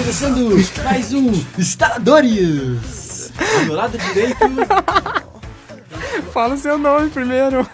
começando mais um Instaladores. Ao meu lado direito... Fala o seu nome primeiro.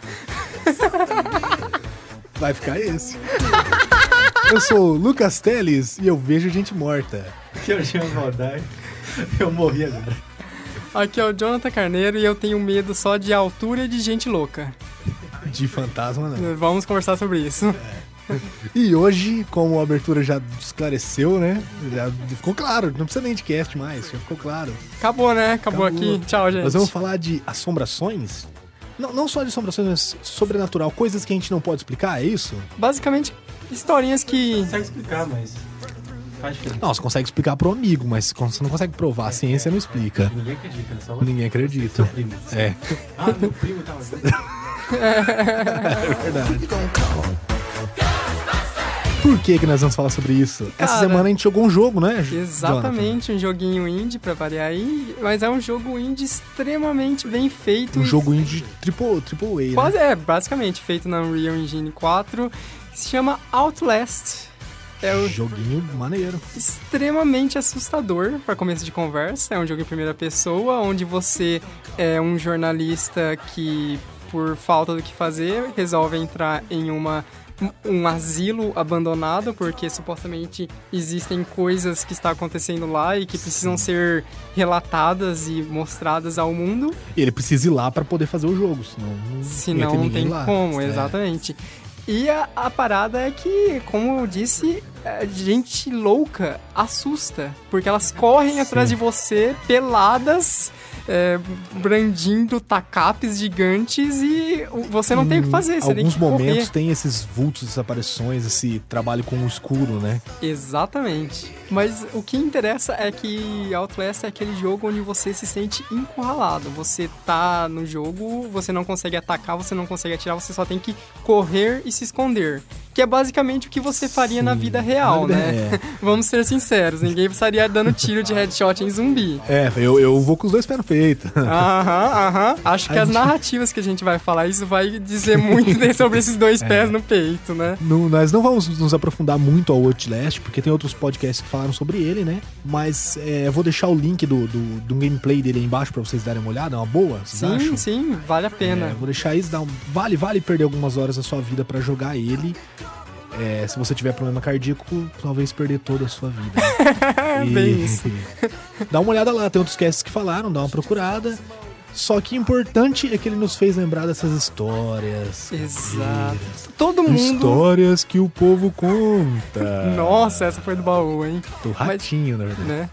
Vai ficar esse. Eu sou o Lucas Teles e eu vejo gente morta. Aqui é o Jean Valdar. Eu morri agora. Aqui é o Jonathan Carneiro e eu tenho medo só de altura e de gente louca. De fantasma, não. Vamos conversar sobre isso. E hoje, como a abertura já esclareceu, né? Já ficou claro, não precisa nem de cast mais, já ficou claro. Acabou, né? Acabou aqui. Tchau, gente. Nós vamos falar de assombrações. Não só de assombrações, mas sobrenatural. Coisas que a gente não pode explicar, é isso? Basicamente, historinhas que... Consegue explicar, mas... faz diferença. Não, você consegue explicar pro amigo, mas você não consegue provar. A ciência não explica. Ninguém acredita, né? Só Ninguém acredita. seu primo. É. Ah, meu primo tava vendo. É verdade. Por que nós vamos falar sobre isso? Essa Cara, semana a gente jogou um jogo, né? Exatamente, um joguinho indie pra variar aí, mas é um jogo indie extremamente bem feito. Um jogo indie triple A, Quase né? basicamente feito na Unreal Engine 4, que se chama Outlast. É um Joguinho maneiro. extremamente assustador para começo de conversa. É um jogo em primeira pessoa, onde você é um jornalista que, por falta do que fazer, resolve entrar em um asilo abandonado, porque supostamente existem coisas que estão acontecendo lá e que precisam ser relatadas e mostradas ao mundo. E ele precisa ir lá pra poder fazer o jogo, senão Senão ia ter não ninguém tem lá. como, É. exatamente. E a parada é que, como eu disse, gente louca assusta, porque elas correm atrás de você, peladas, brandindo tacapes gigantes e você não tem o que fazer, você tem Alguns que correr. momentos tem esses vultos, essas aparições, esse trabalho com o escuro, né? Exatamente. Mas o que interessa é que Outlast é aquele jogo onde você se sente encurralado. Você tá no jogo, você não consegue atacar, você não consegue atirar, você só tem que correr e se esconder. Que é basicamente o que você faria na vida real, Na vida- né? Vamos ser sinceros, ninguém estaria dando tiro de headshot em zumbi. Eu vou com os dois pés no peito. Aham. Acho que as narrativas que a gente vai falar, isso vai dizer muito sobre esses dois pés no peito, né? Nós não vamos nos aprofundar muito ao Outlast, porque tem outros podcasts que falaram sobre ele, né? Mas eu vou deixar o link do gameplay dele aí embaixo pra vocês darem uma olhada, é uma boa, vocês acham? Sim, vale a pena. Vou deixar isso, vale perder algumas horas da sua vida pra jogar ele. Se você tiver problema cardíaco, talvez perder toda a sua vida. Né? Bem isso. Dá uma olhada lá, tem outros casts que falaram, dá uma procurada. Só que importante é que ele nos fez lembrar dessas histórias. Exato. Todo mundo... Histórias que o povo conta. Nossa, essa foi do baú, hein? Do ratinho, na verdade. Né?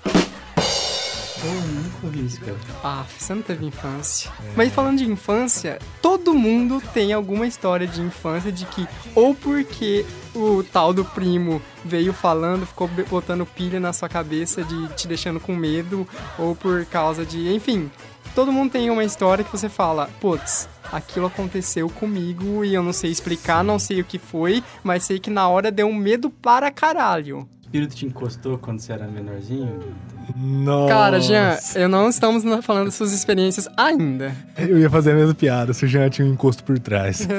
Eu nunca ouvi isso, cara. Ah, você não teve infância. Mas falando de infância, todo mundo tem alguma história de infância de que ou porque o tal do primo veio falando, ficou botando pilha na sua cabeça, de te deixando com medo, ou por causa de... Enfim, todo mundo tem uma história que você fala, putz, aquilo aconteceu comigo e eu não sei explicar, não sei o que foi, mas sei que na hora deu um medo para caralho. O espírito te encostou quando você era menorzinho? Nossa. Cara, Jean, eu não estamos falando das suas experiências ainda. Eu ia fazer a mesma piada se o Jean tinha um encosto por trás.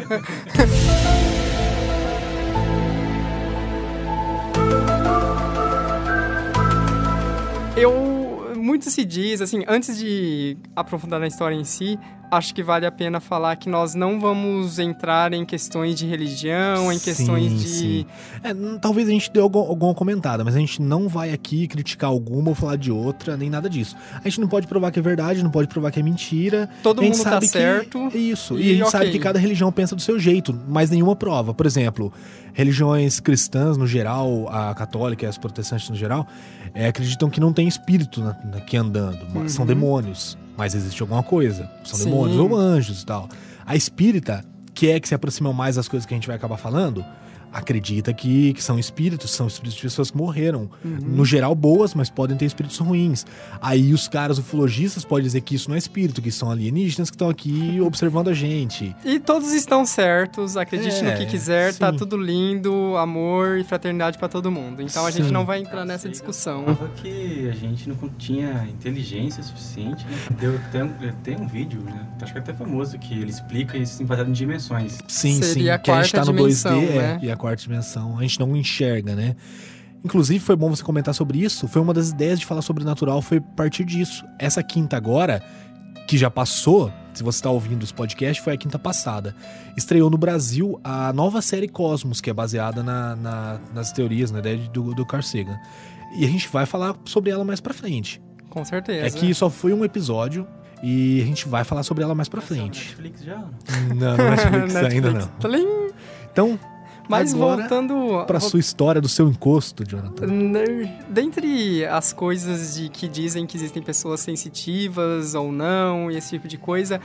Muito se diz, assim, antes de aprofundar na história em si, acho que vale a pena falar que nós não vamos entrar em questões de religião, em questões de... Sim. Talvez a gente dê alguma comentada, mas a gente não vai aqui criticar alguma ou falar de outra, nem nada disso. A gente não pode provar que é verdade, não pode provar que é mentira. Todo a gente mundo tá sabe certo. Isso. E a gente sabe que cada religião pensa do seu jeito, mas nenhuma prova. Por exemplo, religiões cristãs no geral, a católica e as protestantes no geral, acreditam que não tem espírito aqui andando, são demônios. Mas existe alguma coisa. São demônios ou anjos e tal. A espírita, que é que se aproxima mais das coisas que a gente vai acabar falando, acredita que são espíritos de pessoas que morreram. No geral, boas, mas podem ter espíritos ruins. Aí os caras ufologistas podem dizer que isso não é espírito, que são alienígenas que estão aqui observando a gente. E todos estão certos, acredite no que quiser, sim. tá tudo lindo, amor e fraternidade pra todo mundo. Então a gente não vai entrar nessa discussão. Prova que a gente não tinha inteligência suficiente, né? Deu até um vídeo, né? Acho que é até famoso, que ele explica isso baseado em dimensões. Sim, Seria a que a gente quarta tá no dimensão, 2D, né? E a quarta dimensão. A gente não enxerga, né? Inclusive, foi bom você comentar sobre isso. Foi uma das ideias de falar sobrenatural, foi a partir disso. Essa quinta agora, que já passou, se você está ouvindo os podcasts, foi a quinta passada. Estreou no Brasil a nova série Cosmos, que é baseada nas teorias, na ideia do Carl Sagan. E a gente vai falar sobre ela mais pra frente. Com certeza. É que só foi um episódio e a gente vai falar sobre ela mais pra frente. Netflix já? Não, Netflix ainda não. Tlim. Então, Mas agora, voltando... pra sua história do seu encosto, Jonathan. Dentre as coisas que dizem que existem pessoas sensitivas ou não, e esse tipo de coisa,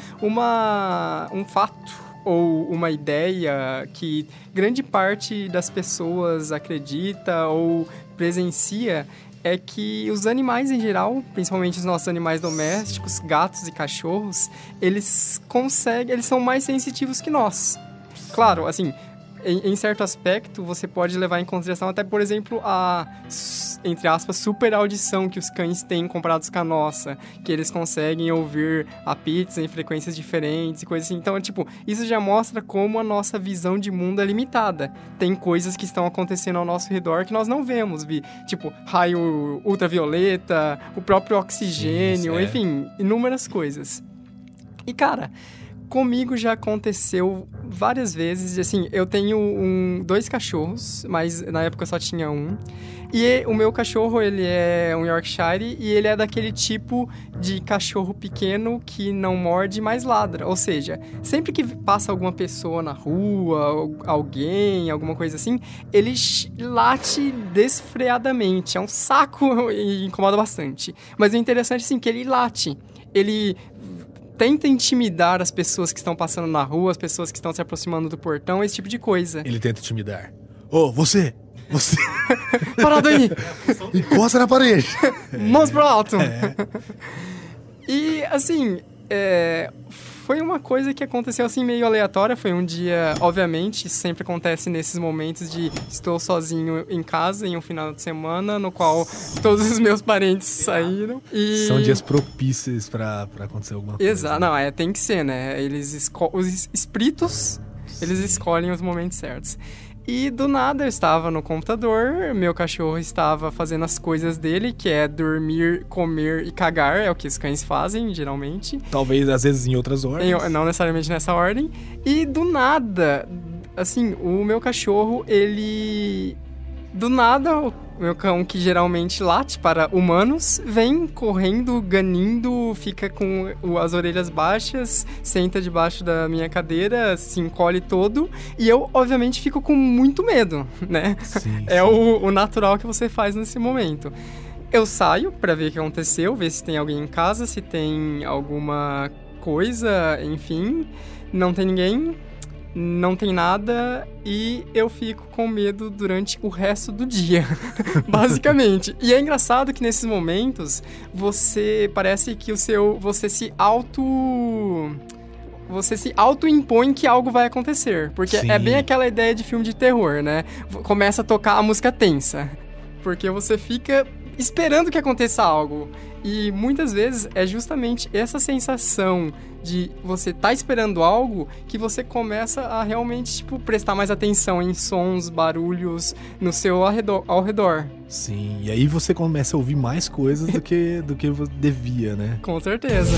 um fato ou uma ideia que grande parte das pessoas acredita ou presencia é que os animais em geral, principalmente os nossos animais domésticos, gatos e cachorros, eles são mais sensitivos que nós. Claro, assim, em certo aspecto, você pode levar em consideração até, por exemplo, a, entre aspas, super audição que os cães têm comparados com a nossa, que eles conseguem ouvir a pizza em frequências diferentes e coisas assim. Então, tipo, isso já mostra como a nossa visão de mundo é limitada. Tem coisas que estão acontecendo ao nosso redor que nós não vemos, tipo, raio ultravioleta, o próprio oxigênio, enfim, inúmeras coisas. E, cara, comigo já aconteceu várias vezes, assim, eu tenho 2 cachorros, mas na época eu só tinha um. E o meu cachorro, ele é um Yorkshire e ele é daquele tipo de cachorro pequeno que não morde, mas ladra. Ou seja, sempre que passa alguma pessoa na rua, alguém, alguma coisa assim, ele late desfreadamente. É um saco e incomoda bastante. Mas o interessante, assim, é que ele late. Ele tenta intimidar as pessoas que estão passando na rua, as pessoas que estão se aproximando do portão, esse tipo de coisa. Ele tenta intimidar. Ô, você! Parado aí! Encosta na parede! Mãos pro alto! E, assim, foi uma coisa que aconteceu, assim, meio aleatória. Foi um dia, obviamente, sempre acontece nesses momentos de estou sozinho em casa em um final de semana, no qual todos os meus parentes saíram. E... São dias propícios pra acontecer alguma coisa. Exato, não, tem que ser, né? Os espíritos, eles escolhem os momentos certos. E do nada eu estava no computador, meu cachorro estava fazendo as coisas dele, que é dormir, comer e cagar, é o que os cães fazem, geralmente. Talvez, às vezes, em outras ordens. Não necessariamente nessa ordem. E do nada, assim, o meu cachorro, ele... Do nada, o meu cão, que geralmente late para humanos, vem correndo, ganindo, fica com as orelhas baixas, senta debaixo da minha cadeira, se encolhe todo, e eu, obviamente, fico com muito medo, né? Sim, É o natural que você faz nesse momento. Eu saio para ver o que aconteceu, ver se tem alguém em casa, se tem alguma coisa, enfim. Não tem ninguém. Não tem nada e eu fico com medo durante o resto do dia, basicamente. E é engraçado que nesses momentos parece que você se auto-impõe que algo vai acontecer, porque Sim. É bem aquela ideia de filme de terror, né? Começa a tocar a música tensa, porque você fica esperando que aconteça algo. E muitas vezes é justamente essa sensação de você estar esperando algo que você começa a realmente, tipo, prestar mais atenção em sons, barulhos no seu ao redor. Sim, e aí você começa a ouvir mais coisas do que devia, né? Com certeza.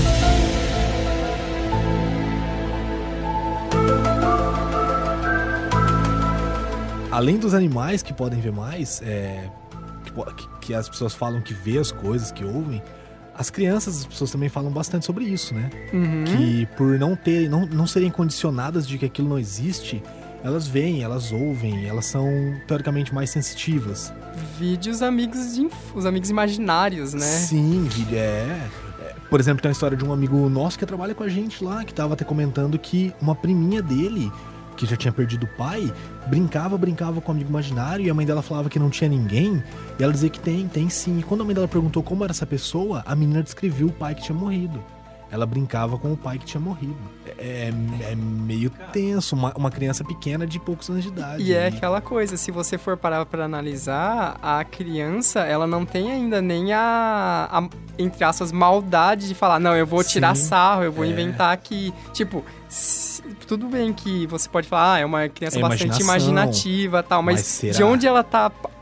Além dos animais que podem ver mais, que as pessoas falam que vê as coisas, que ouvem, as crianças, as pessoas também falam bastante sobre isso, né? Uhum. Que por não serem condicionadas de que aquilo não existe, elas veem, elas ouvem, elas são teoricamente mais sensitivas. Vídeos os amigos imaginários, né? Sim, por exemplo, tem a história de um amigo nosso que trabalha com a gente lá, que tava até comentando que uma priminha dele, que já tinha perdido o pai, brincava com o amigo imaginário, e a mãe dela falava que não tinha ninguém, e ela dizia que tem sim. E quando a mãe dela perguntou como era essa pessoa, a menina descreveu o pai que tinha morrido. Ela brincava com o pai que tinha morrido. É meio tenso, uma criança pequena de poucos anos de idade. E é aquela coisa, se você for parar pra analisar, a criança, ela não tem ainda nem a entre aspas, maldade de falar, não, eu vou tirar sarro, eu vou inventar aqui. Tipo, tudo bem que você pode falar, é uma criança bastante imaginativa e tal, mas de onde ela tá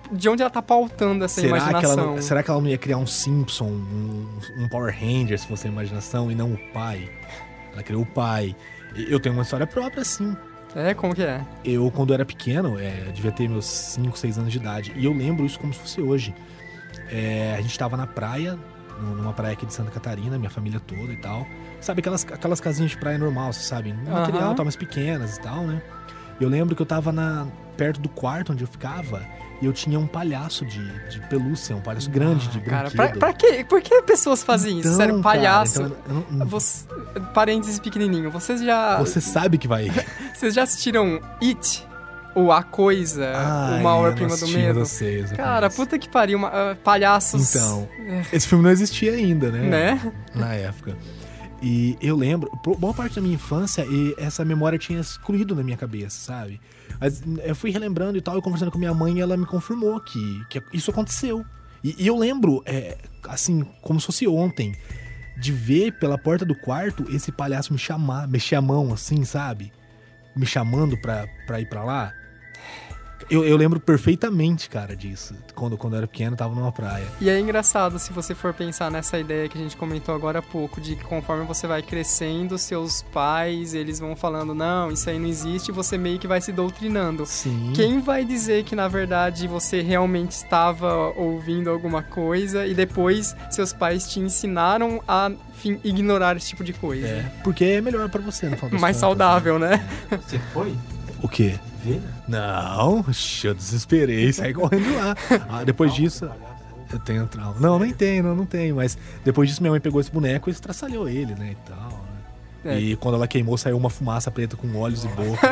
de onde ela tá pautando essa imaginação. Será que ela não ia criar um Simpson, um Power Ranger, se fosse a imaginação, e não o pai? Ela criou o pai. Eu tenho uma história própria, sim. Como que é? Eu, quando era pequeno, eu devia ter meus 5, 6 anos de idade, e eu lembro isso como se fosse hoje. A gente tava na praia, numa praia aqui de Santa Catarina, minha família toda e tal. Sabe aquelas casinhas de praia normal, você sabe? Material, tal, mais pequenas e tal, né? Eu lembro que eu tava perto do quarto onde eu ficava e eu tinha um palhaço de pelúcia, um palhaço grande de brinquedo. Cara, pra quê? Por que pessoas fazem isso? Sério, palhaço. Cara, então, parênteses pequenininho, vocês já... Você sabe que vai... Vocês já assistiram It? Ou A Coisa, Uma Obra-Prima do Medo? Cara, puta que pariu, palhaços... Então, esse filme não existia ainda, né? Na época. E eu lembro, boa parte da minha infância, e essa memória tinha excluído na minha cabeça, sabe? Mas eu fui relembrando e tal, eu conversando com minha mãe, e ela me confirmou que isso aconteceu. E eu lembro, assim, como se fosse ontem, de ver pela porta do quarto esse palhaço me chamar, mexer a mão, assim, sabe? Me chamando pra ir pra lá. Eu lembro perfeitamente, cara, disso. Quando eu era pequeno, eu tava numa praia. E é engraçado se você for pensar nessa ideia que a gente comentou agora há pouco, de que conforme você vai crescendo, seus pais, eles vão falando, não, isso aí não existe, e você meio que vai se doutrinando. Sim. Quem vai dizer que, na verdade, você realmente estava ouvindo alguma coisa e depois seus pais te ensinaram a ignorar esse tipo de coisa? Porque é melhor pra você, no final das mais contas, saudável, né? Você foi? O quê? Ver? Não, eu desesperei, saí correndo lá. Depois disso, eu tenho trauma. Não tenho, mas depois disso minha mãe pegou esse boneco e estraçalhou ele, né, e tal, né? E quando ela queimou, saiu uma fumaça preta com olhos e boca.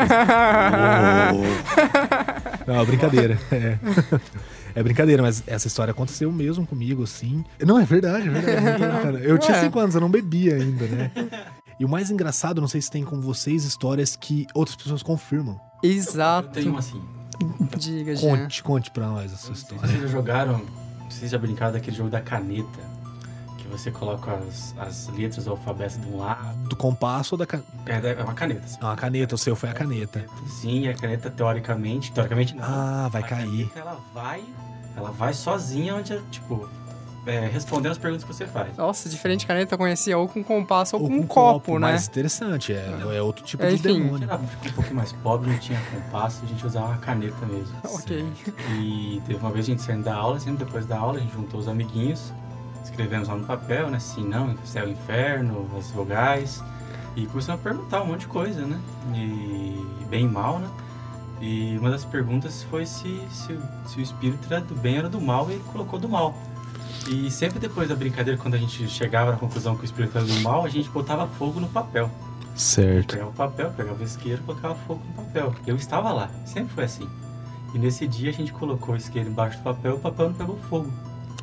Não, brincadeira. É brincadeira, mas essa história aconteceu mesmo comigo, assim. Não, é verdade, cara. Eu tinha 5 anos, eu não bebia ainda, né? E o mais engraçado, não sei se tem com vocês, histórias que outras pessoas confirmam. Exato. Eu tenho assim. Diga, Jean. Conte pra nós a sua história. Vocês já jogaram, vocês já brincaram daquele jogo da caneta? Que você coloca as letras do alfabeto de um lado. Do compasso ou da caneta? É uma caneta. Assim. A caneta, o seu foi a caneta. Sim, a caneta teoricamente não. Vai cair. Caneta, ela vai sozinha onde, tipo... respondendo as perguntas que você faz. Nossa, diferente caneta eu conhecia ou com compasso ou com um copo, né? Mais interessante, é outro tipo de demônio. Era um pouquinho mais pobre, não tinha compasso, a gente usava uma caneta mesmo. Ok. E teve uma vez a gente saindo da aula, sempre depois da aula, a gente juntou os amiguinhos, escrevemos lá no papel, né? Sim, não, céu, inferno, as vogais. E começamos a perguntar um monte de coisa, né? E bem e mal, né? E uma das perguntas foi se o espírito era do bem ou era do mal, e ele colocou do mal. E sempre depois da brincadeira, quando a gente chegava na conclusão que o espírito era do mal, a gente botava fogo no papel. Certo. Pegava o papel, pegava o isqueiro e colocava fogo no papel. Eu estava lá, sempre foi assim. E nesse dia a gente colocou o isqueiro embaixo do papel e o papel não pegou fogo.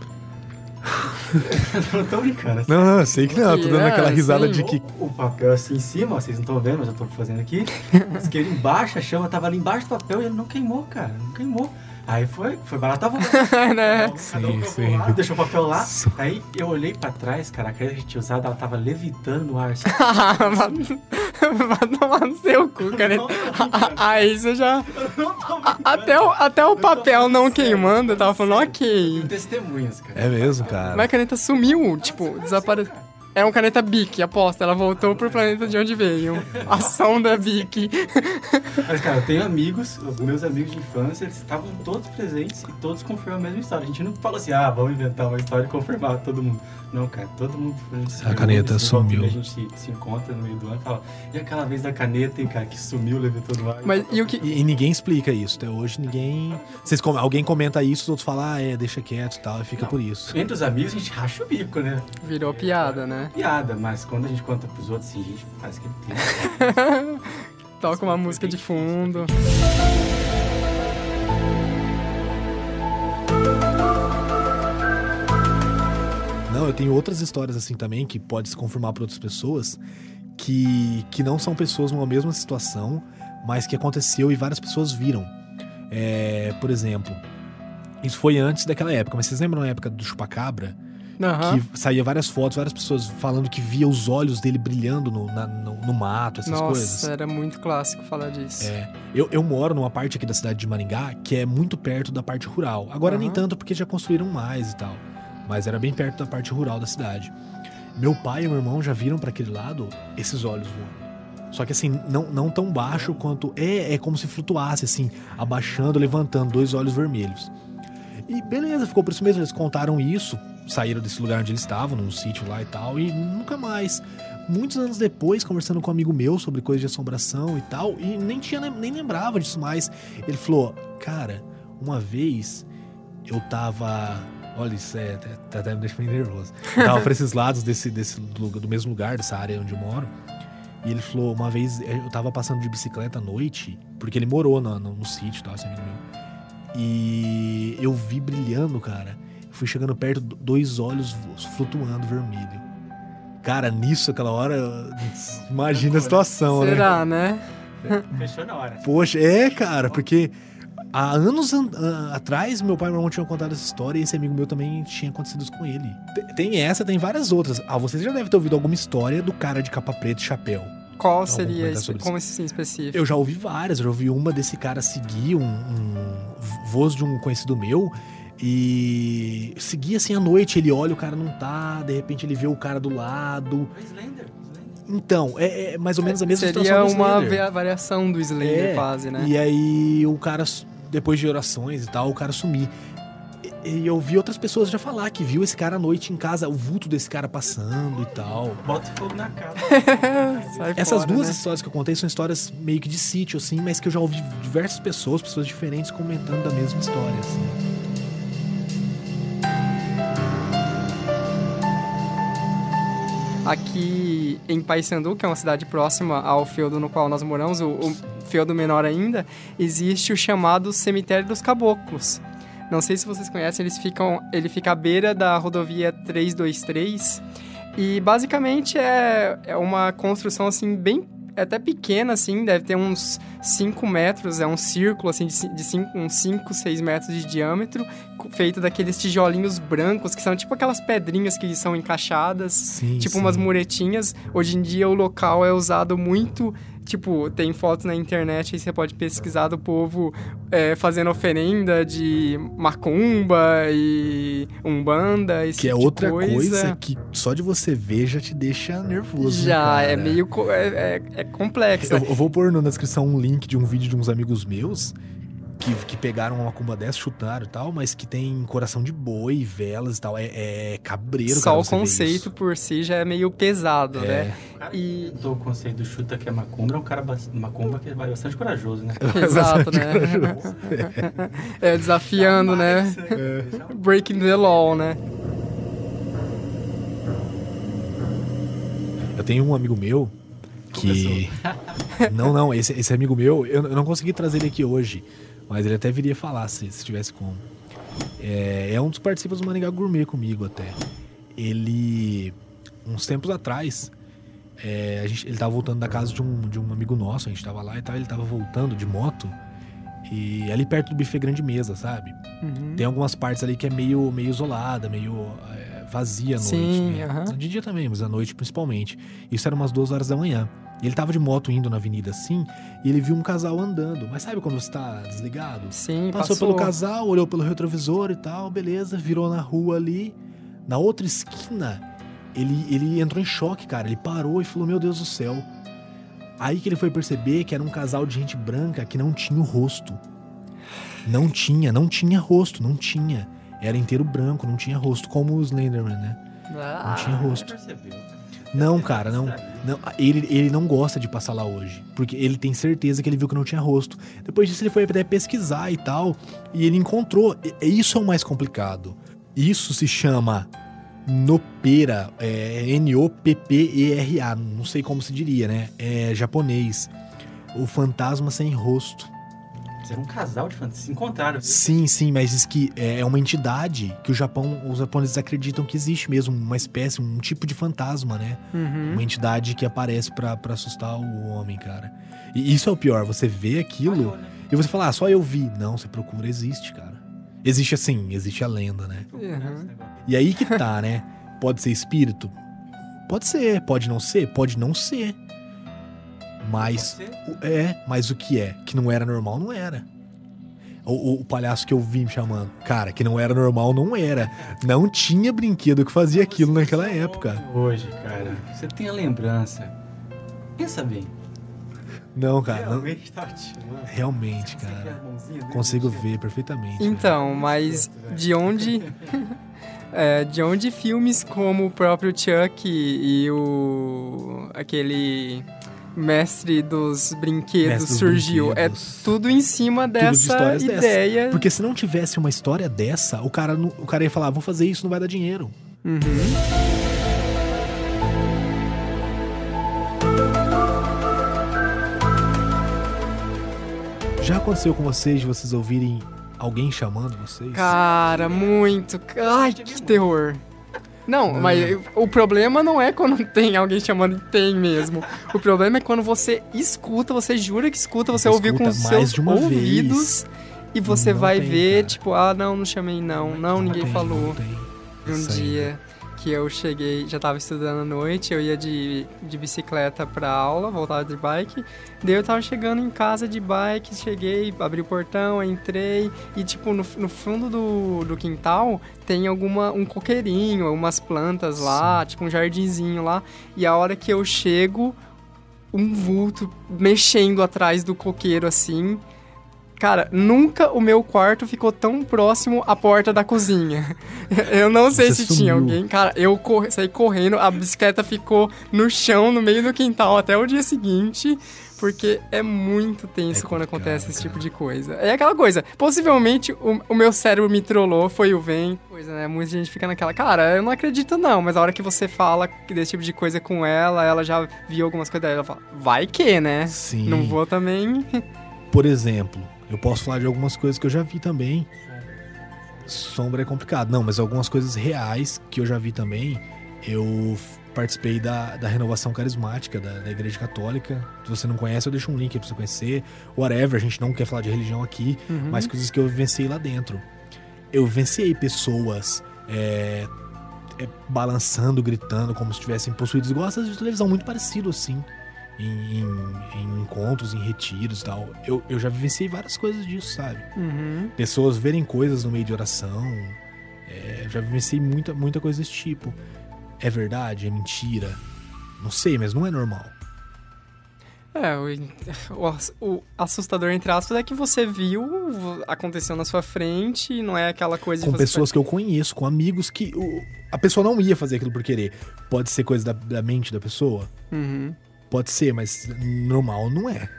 Não tô brincando. Assim. Não, sei que não. Tô dando aquela risada de que... O papel assim em cima, ó, vocês não estão vendo, mas eu tô fazendo aqui. O isqueiro embaixo, a chama tava ali embaixo do papel e ele não queimou, cara. Não queimou. Aí foi barata voando. Né? Sim. Lá, deixou o papel lá. Aí eu olhei pra trás, cara, a caneta que a gente tinha usado, ela tava levitando no ar. Assim. Vai tomar no seu cu, cara. Aí você já... Até o papel não queimando, eu tava falando, ok. Testemunhas, cara. É mesmo, cara. Mas a caneta sumiu, tipo, desapareceu. É uma caneta Bic, aposta. Ela voltou pro planeta de onde veio. Ação da Bic. Mas, cara, eu tenho amigos, os meus amigos de infância, eles estavam todos presentes e todos confirmam a mesma história. A gente não falou assim, vamos inventar uma história e confirmar todo mundo. Não, cara, todo mundo... A caneta sumiu. A gente se encontra no meio do ano e fala, e aquela vez da caneta, hein, cara, que sumiu, levitou no ar. Mas e o que... E ninguém explica isso. Até hoje ninguém... Alguém comenta isso, os outros falam, deixa quieto e tal, e fica por isso. Entre os amigos a gente racha o bico, né? Virou piada, né? Piada, mas quando a gente conta pros outros, assim, a gente faz que tem. Toca uma música de fundo. Não, eu tenho outras histórias assim também, que pode se confirmar para outras pessoas, que não são pessoas numa mesma situação, mas que aconteceu e várias pessoas viram. Por exemplo, isso foi antes daquela época, mas vocês lembram na época do chupacabra? Aham. que saía várias fotos, várias pessoas falando que via os olhos dele brilhando no mato, essas Nossa, coisas. era muito clássico falar disso. Eu moro numa parte aqui da cidade de Maringá que é muito perto da parte rural. Agora nem tanto porque já construíram mais e tal. Mas era bem perto da parte rural da cidade. Meu pai e meu irmão já viram pra aquele lado esses olhos voando. Só que assim, não tão baixo quanto... É como se flutuasse assim, abaixando, levantando, 2 olhos vermelhos. E beleza, ficou por isso mesmo. Eles contaram isso, saíram desse lugar onde eles estavam, num sítio lá e tal, e nunca mais. Muitos anos depois, conversando com um amigo meu sobre coisas de assombração e tal, e nem lembrava disso mais. Ele falou, cara, uma vez eu tava... Olha, isso até me deixa meio nervoso. Eu tava pra esses lados do mesmo lugar, dessa área onde eu moro. E ele falou, uma vez eu tava passando de bicicleta à noite, porque ele morou no sítio e tal, esse amigo meu. E eu vi brilhando, cara. Fui chegando perto, 2 olhos flutuando vermelho. Cara, nisso, aquela hora, imagina a situação, Será, né? Fechou na hora. Poxa, cara, porque há anos atrás, meu pai e meu irmão tinham contado essa história e esse amigo meu também tinha acontecido isso com ele. Tem várias outras. Você já deve ter ouvido alguma história do cara de capa preta e chapéu. Qual seria como assim específico? Eu já ouvi várias. Eu já ouvi uma desse cara seguir um voz de um conhecido meu e seguir assim à noite. Ele olha, o cara não tá, de repente ele vê o cara do lado. Slender. Então, é mais ou menos a mesma Seria situação do Slender. Seria uma variação do Slender quase, né? E aí o cara, depois de orações e tal, o cara sumir. E eu vi outras pessoas já falar que viu esse cara à noite em casa, o vulto desse cara passando e tal. Bota fogo na cara. Essas fora, duas né? histórias que eu contei são histórias meio que de sítio, assim, mas que eu já ouvi diversas pessoas diferentes comentando da mesma história, assim. Aqui em Paysandu, que é uma cidade próxima ao feudo no qual nós moramos, o feudo menor ainda, existe o chamado Cemitério dos Caboclos. Não sei se vocês conhecem, ele fica à beira da rodovia 323 e basicamente é uma construção assim bem até pequena, assim, deve ter uns 5 metros, é um círculo assim uns 5, 6 metros de diâmetro, feito daqueles tijolinhos brancos, que são tipo aquelas pedrinhas que são encaixadas, Sim, umas muretinhas. Hoje em dia o local é usado muito, tipo, tem fotos na internet aí você pode pesquisar do povo fazendo oferenda de macumba e umbanda, esse Que é tipo de outra coisa que só de você ver já te deixa nervoso. Já, cara. é meio... É complexo. Eu vou pôr na descrição um link de um vídeo de uns amigos meus que pegaram uma macumba dessa, chutaram e tal, mas que tem coração de boi, velas e tal. É cabreiro, Só cara, o conceito por si já é meio pesado, né? O cara que inventou o conceito do chuta que é macumba é um cara macumba que vai bastante corajoso, né? Exato, né? Desafiando, né? Breaking the law, né? Eu tenho um amigo meu que... Não, esse amigo meu, eu não consegui trazer ele aqui hoje, mas ele até viria falar se tivesse como. É um dos participantes do Maringá Gourmet comigo até. Ele, uns tempos atrás, ele tava voltando da casa de um amigo nosso, a gente tava lá e tal, ele tava voltando de moto, e ali perto do buffet Grande Mesa, sabe? Uhum. Tem algumas partes ali que é meio isolada, meio vazia à noite. Sim, né? De dia também, mas à noite principalmente. Isso era umas 2 horas da manhã. E ele tava de moto indo na avenida assim, e ele viu um casal andando. Mas sabe quando você tá desligado? Sim, Passou pelo casal, olhou pelo retrovisor e tal, beleza, virou na rua ali. Na outra esquina, ele entrou em choque, cara. Ele parou e falou, meu Deus do céu. Aí que ele foi perceber que era um casal de gente branca que não tinha o rosto. Não tinha rosto, não tinha. Era inteiro branco, não tinha rosto, como o Slenderman, né? Não tinha rosto. Não, cara, não. Ele não gosta de passar lá hoje, porque ele tem certeza que ele viu que não tinha rosto. Depois disso ele foi até pesquisar e tal, e ele encontrou. Isso é o mais complicado. Isso se chama Noppera, Noppera, não sei como se diria, né? É japonês. O fantasma sem rosto. Era um casal de fantasmas, se encontraram. Sim, mas diz que é uma entidade que os japoneses acreditam que existe mesmo, uma espécie, um tipo de fantasma, né? Uhum. Uma entidade que aparece pra assustar o homem, cara. E isso é o pior, você vê aquilo e você fala, só eu vi. Não, você procura, existe, cara. Existe assim, existe a lenda, né? Uhum. E aí que tá, né? Pode ser espírito? Pode ser, pode não ser, pode não ser. Mas, mas o que é? Que não era normal, não era. O palhaço que eu vi me chamando, cara, que não era normal, não era. Não tinha brinquedo que fazia aquilo naquela época. Hoje, cara, você tem a lembrança. Pensa bem. Não, cara. Realmente tá te chamando. Realmente, cara. Consigo ver perfeitamente. Então, mas de onde... de onde filmes como o próprio Chuck e aquele mestre dos brinquedos surgiu? É tudo em cima dessa ideia. Dessa. Porque se não tivesse uma história dessa, o cara ia falar, vou fazer isso, não vai dar dinheiro. Uhum. Já aconteceu com vocês de vocês ouvirem alguém chamando vocês? Cara, muito. Ai, que terror. Não, mas o problema não é quando tem alguém chamando, tem mesmo. O problema é quando você escuta, você jura que escuta, você ouviu com os seus ouvidos e você vai ver, cara. Tipo, não chamei não, ninguém falou. Um dia que eu cheguei, já tava estudando à noite, eu ia de bicicleta pra aula, voltava de bike, daí eu tava chegando em casa de bike, cheguei, abri o portão, entrei, e tipo, no fundo do quintal tem um coqueirinho, umas plantas lá, tipo um jardinzinho lá, e a hora que eu chego, um vulto mexendo atrás do coqueiro assim. Cara, nunca o meu quarto ficou tão próximo à porta da cozinha. Eu não sei se tinha alguém. Cara, eu saí correndo, a bicicleta ficou no chão, no meio do quintal, até o dia seguinte, porque é muito tenso quando acontece esse tipo de coisa. É aquela coisa, possivelmente o meu cérebro me trollou, foi o vento, coisa, né? Muita gente fica naquela, cara, eu não acredito não, mas a hora que você fala desse tipo de coisa com ela já viu algumas coisas dela, ela fala, vai que, né? Sim. Não vou também... Por exemplo... Eu posso falar de algumas coisas que eu já vi também. Sombra é complicado. Não, mas algumas coisas reais que eu já vi também. Eu participei da renovação carismática da Igreja Católica. Se você não conhece, eu deixo um link aí pra você conhecer. Whatever, a gente não quer falar de religião aqui, mas coisas que eu vivenciei lá dentro. Eu vivenciei pessoas balançando, gritando, como se estivessem possuídos, igual essas de televisão, muito parecido assim. Em encontros, em retiros e tal. Eu já vivenciei várias coisas disso, sabe? Pessoas verem coisas no meio de oração. Já vivenciei muita coisa desse tipo. É verdade? É mentira? Não sei, mas não é normal. O assustador, entre aspas, é que você viu, aconteceu na sua frente, e não é aquela coisa com pessoas que eu conheço, com amigos que a pessoa não ia fazer aquilo por querer. Pode ser coisa da mente da pessoa. Pode ser, mas normal não é.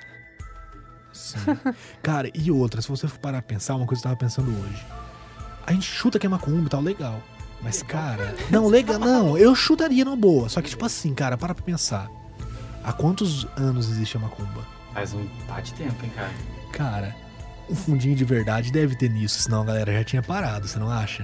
Sim. Cara, e outra, se você for parar a pensar, uma coisa que eu tava pensando hoje. A gente chuta que é macumba e tal, legal. Mas, cara... Não, legal, não. Eu chutaria numa boa. Só que, tipo assim, cara, para pra pensar. Há quantos anos existe a macumba? Faz um de tempo, hein, cara? Cara, um fundinho de verdade deve ter nisso, senão a galera já tinha parado, você não acha?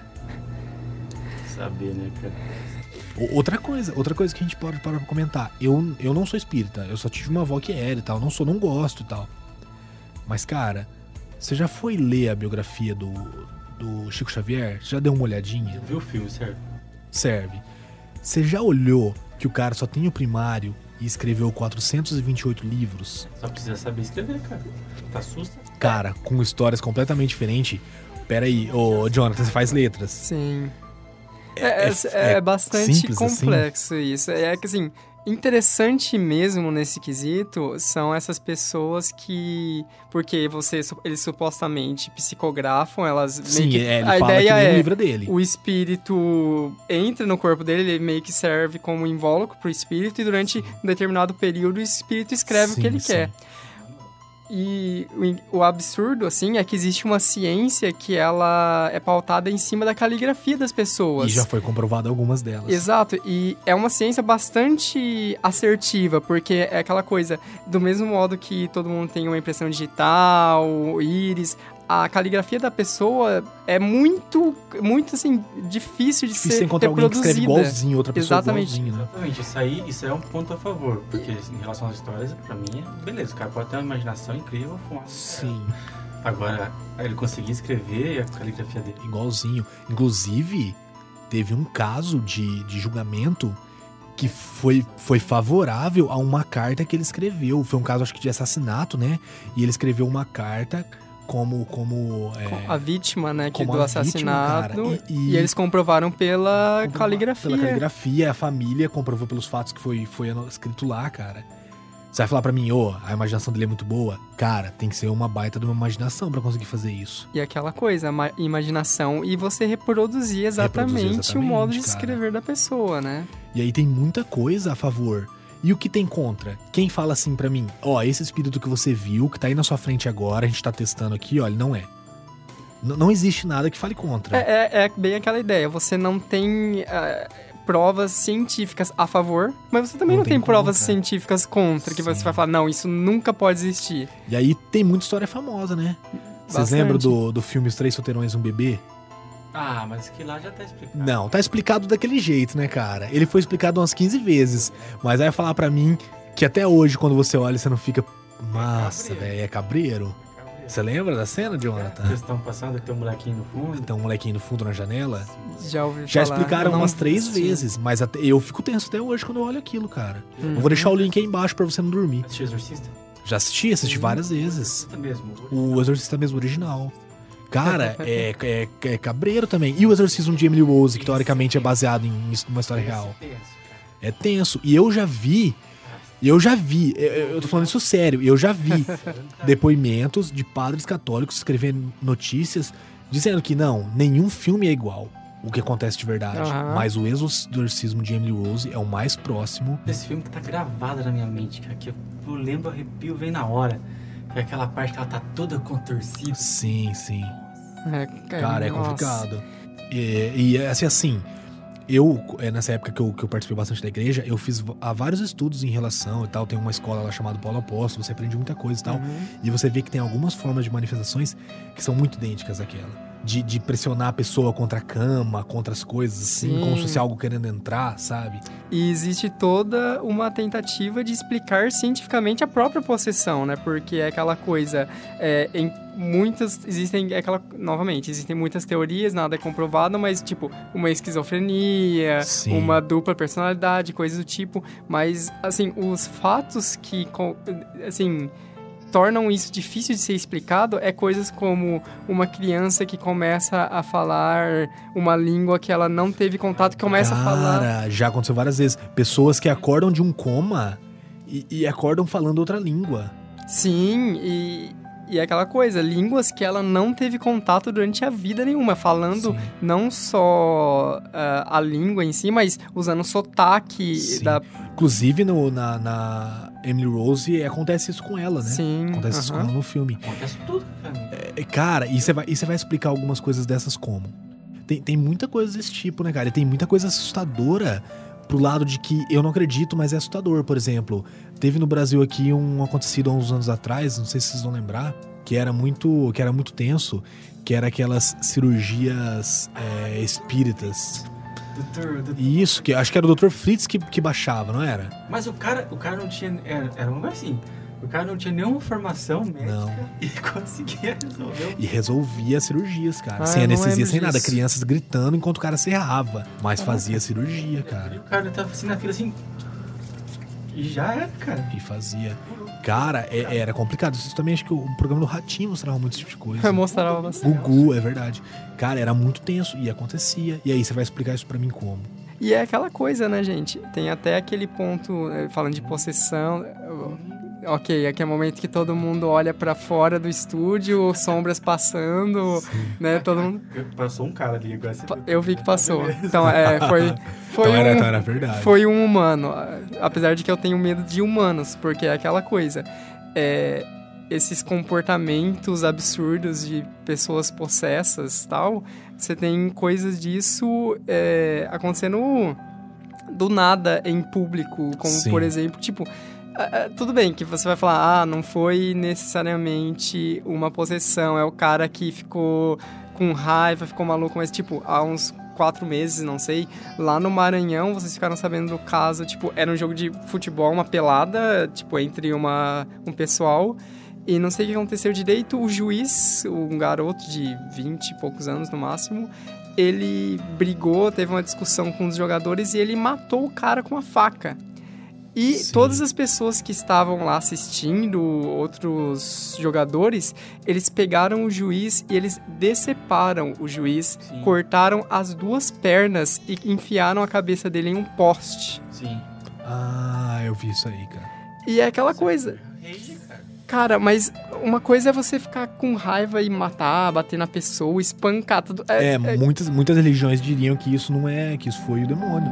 Saber, né, cara? Outra coisa que a gente pode parar pra comentar. Eu não sou espírita, eu só tive uma avó que era e tal, não gosto e tal. Mas, cara, você já foi ler a biografia do Chico Xavier? Você já deu uma olhadinha? Viu o filme, serve? Serve. Você já olhou que o cara só tem o primário e escreveu 428 livros? Só precisa saber escrever, cara. Tá assusta? Cara, com histórias completamente diferentes. Pera aí, ô Jonathan, você faz letras? Sim. É bastante complexo assim? Isso. É que assim, interessante mesmo nesse quesito são essas pessoas que... Porque eles supostamente psicografam, elas Sim, meio que... ele a fala ideia que nem é, o livro dele. O espírito entra no corpo dele, ele meio que serve como invólucro pro espírito e durante um determinado período o espírito escreve o que ele quer. E o absurdo, assim, é que existe uma ciência que ela é pautada em cima da caligrafia das pessoas. E já foi comprovado algumas delas. Exato, e é uma ciência bastante assertiva, porque é aquela coisa, do mesmo modo que todo mundo tem uma impressão digital, íris, a caligrafia da pessoa é muito, assim, difícil de ser encontrar alguém que escreve igualzinho, outra pessoa Exatamente. Igualzinho, né? Exatamente, isso é um ponto a favor, porque em relação às histórias, pra mim, beleza, o cara pode ter uma imaginação incrível. Sim. Agora, ele conseguir escrever a caligrafia dele. Igualzinho. Inclusive, teve um caso de julgamento que foi favorável a uma carta que ele escreveu. Foi um caso, acho que de assassinato, né? E ele escreveu uma carta como a vítima, né, como do a vítima, assassinato. cara. E eles comprovaram pela caligrafia. Pela caligrafia, a família comprovou pelos fatos que foi escrito lá, cara. Você vai falar pra mim, a imaginação dele é muito boa? Cara, tem que ser uma baita de uma imaginação pra conseguir fazer isso. E aquela coisa, imaginação, e você reproduzir exatamente o modo de escrever da pessoa, né? E aí tem muita coisa a favor. E o que tem contra? Quem fala assim pra mim, esse espírito que você viu, que tá aí na sua frente agora, a gente tá testando aqui, ele não é. Não existe nada que fale contra. É bem aquela ideia, você não tem provas científicas a favor, mas você também não tem provas científicas contra, que você vai falar, não, isso nunca pode existir. E aí tem muita história famosa, né? Vocês lembram do filme Os Três Solteirões e um Bebê? Ah, mas que lá já tá explicado. Não, tá explicado daquele jeito, né, cara? Ele foi explicado umas 15 vezes, mas aí vai falar pra mim que até hoje, quando você olha, você não fica... Nossa, velho, é cabreiro. Você lembra da cena, Jonathan? Vocês estão passando, tem um molequinho no fundo. Tem um molequinho no fundo na janela. Já ouvi Já falar. explicaram umas 3 vezes, mas eu fico tenso até hoje quando eu olho aquilo, cara. Uhum. Eu vou deixar o link aí embaixo pra você não dormir. Assistiu Exorcista? Já assisti várias vezes. Exorcista mesmo. O Exorcista mesmo original. Cara, é cabreiro também. E o Exorcismo de Emily Rose, que teoricamente é baseado em uma história real. É tenso. E eu já vi, eu tô falando isso sério, eu já vi depoimentos de padres católicos escrevendo notícias dizendo que não, nenhum filme é igual o que acontece de verdade. Uhum. Mas o Exorcismo de Emily Rose é o mais próximo. Esse filme que tá gravado na minha mente, cara, que eu lembro, o arrepio vem na hora. Que é aquela parte que ela tá toda contorcida. Sim. Cara, é nossa. complicado. E assim, eu, nessa época que eu participei bastante da igreja, eu fiz vários estudos em relação e tal. Tem uma escola lá chamada Paulo Apóstolo, você aprende muita coisa e tal. E você vê que tem algumas formas de manifestações que são muito idênticas àquela. De pressionar a pessoa contra a cama, contra as coisas, assim, Sim. como se fosse algo querendo entrar, sabe? E existe toda uma tentativa de explicar cientificamente a própria possessão, né? Porque é aquela coisa, existem muitas teorias, nada é comprovado, mas tipo, uma esquizofrenia, Sim. uma dupla personalidade, coisas do tipo. Mas, assim, os fatos que, assim, tornam isso difícil de ser explicado é coisas como uma criança que começa a falar uma língua que ela não teve contato, que começa a falar... Cara, já aconteceu várias vezes. Pessoas que acordam de um coma e acordam falando outra língua. Sim, e é aquela coisa, línguas que ela não teve contato durante a vida nenhuma, falando Sim. não só a língua em si, mas usando sotaque Sim. da... Inclusive, na Emily Rose, acontece isso com ela, né? Sim, Acontece isso com ela no filme. Acontece tudo, cara. Cara, e você vai explicar algumas coisas dessas como? Tem muita coisa desse tipo, né, cara? E tem muita coisa assustadora pro lado de que eu não acredito, mas é assustador. Por exemplo, teve no Brasil aqui um acontecido há uns anos atrás, não sei se vocês vão lembrar, que era muito tenso, que era aquelas cirurgias espíritas. Doutor. E isso, que acho que era o Dr. Fritz que baixava, não era? Mas o cara não tinha... Era um negócio assim. O cara não tinha nenhuma formação médica Não. e conseguia resolver. E resolvia cirurgias, cara. Ah, sem eu não anestesia, lembro sem nada. disso. Crianças gritando enquanto o cara serrava. Mas fazia cirurgia, E cara. o cara tava assim na fila assim. E já era, cara. E fazia. Cara, era complicado. Isso também acho que o programa do Ratinho mostrava muito esse tipo de coisa. Mostrava bastante. Gugu, é verdade. Cara, era muito tenso e acontecia. E aí, você vai explicar isso pra mim como? E é aquela coisa, né, gente? Tem até aquele ponto, falando de possessão... Ok, aqui é o momento que todo mundo olha pra fora do estúdio, sombras passando, né? Todo mundo... Passou um cara ali, agora você... Eu vi que passou. Então, foi Então era verdade. Foi um humano. Apesar de que eu tenho medo de humanos, porque é aquela coisa. Esses comportamentos absurdos de pessoas possessas e tal, você tem coisas disso acontecendo do nada em público, como Sim. por exemplo, tipo... tudo bem que você vai falar, não foi necessariamente uma possessão, é o cara que ficou com raiva, ficou maluco, mas tipo, há uns 4 meses, não sei, lá no Maranhão, vocês ficaram sabendo do caso, tipo, era um jogo de futebol, uma pelada, tipo, entre um pessoal, e não sei o que aconteceu direito, o juiz, um garoto de 20 e poucos anos no máximo, ele brigou, teve uma discussão com os jogadores e ele matou o cara com uma faca. E Sim. todas as pessoas que estavam lá assistindo, outros jogadores, eles pegaram o juiz e eles deceparam o juiz, Sim. cortaram as 2 pernas e enfiaram a cabeça dele em um poste. Sim. Ah, eu vi isso aí, cara. E é aquela coisa. Rage, cara. Cara, mas uma coisa é você ficar com raiva e matar, bater na pessoa, espancar tudo. Muitas religiões diriam que isso não é, que isso foi o demônio.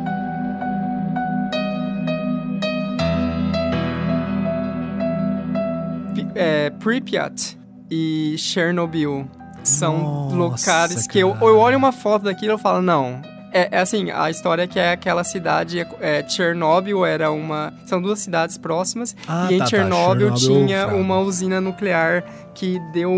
Pripyat e Chernobyl são Nossa, lugares que eu cara. olho uma foto daquilo e eu falo, não. É assim, a história é que é aquela cidade, Chernobyl são 2 cidades próximas, e em Chernobyl tinha uma usina nuclear que deu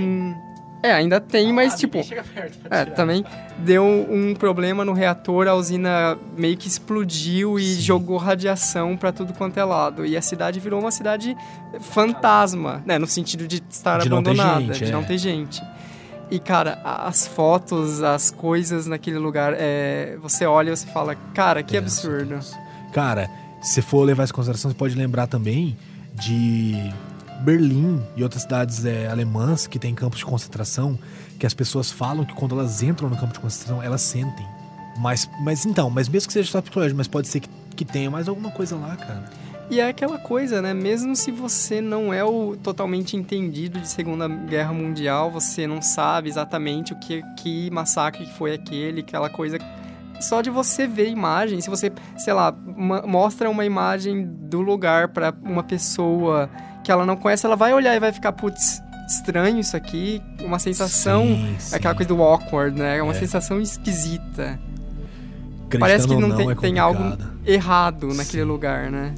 ainda tem, mas tipo... Chega perto pra tirar. também deu um problema no reator, a usina meio que explodiu e jogou radiação pra tudo quanto é lado. E a cidade virou uma cidade fantasma, né? No sentido de estar De não ter abandonada, gente, de não ter gente. E, cara, as fotos, as coisas naquele lugar, você olha e você fala, cara, que absurdo. Cara, se for levar isso em consideração, você pode lembrar também de Berlim e outras cidades alemãs que tem campos de concentração, que as pessoas falam que quando elas entram no campo de concentração, elas sentem. Mas mesmo que seja só psicológico, mas pode ser que tenha mais alguma coisa lá, cara. E é aquela coisa, né? Mesmo se você não é o totalmente entendido de Segunda Guerra Mundial, você não sabe exatamente que massacre que foi aquela coisa. Só de você ver imagem, se você, sei lá, mostra uma imagem do lugar pra uma pessoa que ela não conhece, ela vai olhar e vai ficar, putz, estranho isso aqui, uma sensação, Sim. aquela coisa do awkward, né? É uma sensação esquisita. Acreditando Parece que ou não tem complicado. algo errado naquele lugar, né?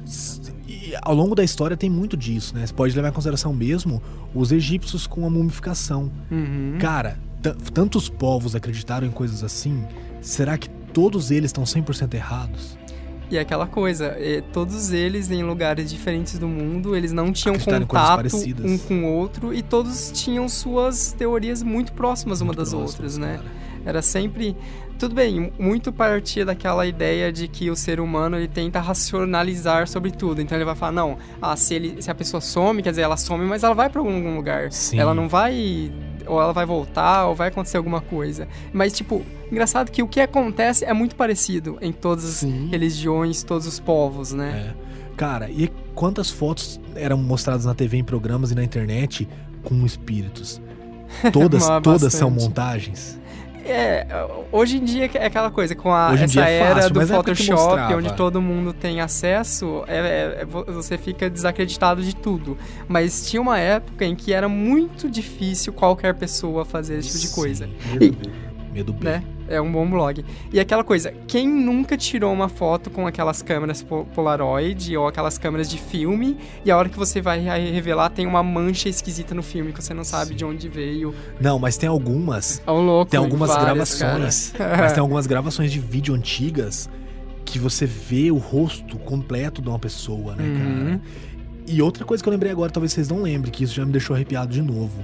E ao longo da história tem muito disso, né? Você pode levar em consideração mesmo os egípcios com a mumificação. Uhum. Cara, tantos povos acreditaram em coisas assim, será que todos eles estão 100% errados? E é aquela coisa, todos eles em lugares diferentes do mundo, eles não tinham Acreditaram em coisas contato parecidas. um com o outro e todos tinham suas teorias muito próximas uma Muito das próximos, outras, né? cara. Era sempre... Tudo bem, muito partia daquela ideia de que o ser humano ele tenta racionalizar sobre tudo. Então ele vai falar, não, se a pessoa some, quer dizer, ela some, mas ela vai pra algum lugar. Sim. Ela não vai... Ou ela vai voltar, ou vai acontecer alguma coisa. Mas, tipo, engraçado que o que acontece é muito parecido em todas as Sim. religiões, todos os povos, né? Cara, e quantas fotos eram mostradas na TV, em programas e na internet com espíritos? Todas são Bastante. montagens. Hoje em dia é aquela coisa, com Hoje em essa dia é era fácil, do mas na época que Photoshop, mostrava. onde todo mundo tem acesso, você fica desacreditado de tudo. Mas tinha uma época em que era muito difícil qualquer pessoa fazer esse tipo de coisa. Medo B. Né? É um bom blog. E aquela coisa, quem nunca tirou uma foto com aquelas câmeras Polaroid ou aquelas câmeras de filme e a hora que você vai revelar tem uma mancha esquisita no filme que você não sabe de onde veio. Não, mas tem algumas. É um louco. Tem algumas várias, gravações. cara. Mas tem algumas gravações de vídeo antigas que você vê o rosto completo de uma pessoa, né, cara? E outra coisa que eu lembrei agora, talvez vocês não lembrem, que isso já me deixou arrepiado de novo.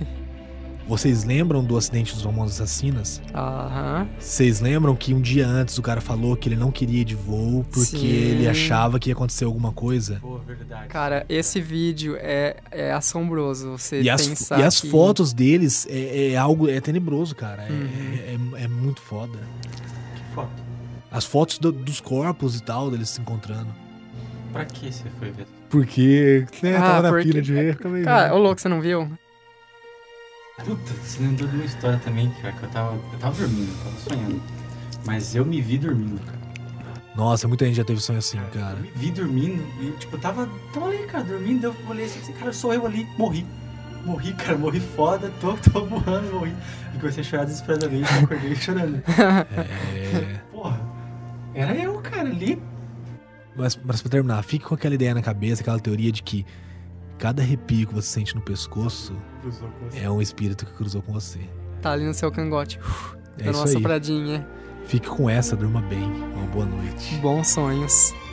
Vocês lembram do acidente dos Mamonas Assassinas? Aham. Vocês lembram que um dia antes o cara falou que ele não queria ir de voo porque Sim. ele achava que ia acontecer alguma coisa? Pô, verdade. Cara, esse vídeo é assombroso. Você E pensar as que... fotos deles é tenebroso, cara. É muito foda. Que foto. As fotos dos corpos e tal, deles se encontrando. Pra que você foi ver? Porque, tava na porque- pilha de ver, acabei Cara, vendo. ô louco, você não viu? Puta, você lembrou de uma história também, cara, que eu tava dormindo, eu tava sonhando. Mas eu me vi dormindo, cara. Nossa, muita gente já teve sonho assim, Eu cara. me vi dormindo e, tipo, eu tava ali, cara, dormindo. Eu olhei assim, cara, sou eu ali, morri. Morri, cara, morri foda, tô voando, morri. E comecei a chorar desesperadamente, eu acordei chorando. Porra, era eu, cara, ali. Mas pra terminar, fique com aquela ideia na cabeça, aquela teoria de que cada arrepio que você sente no pescoço Cruzou com você. é um espírito que cruzou com você. Tá ali no seu cangote. É Dando isso uma aí. sopradinha. Fique com essa, durma bem. Uma boa noite. Bons sonhos.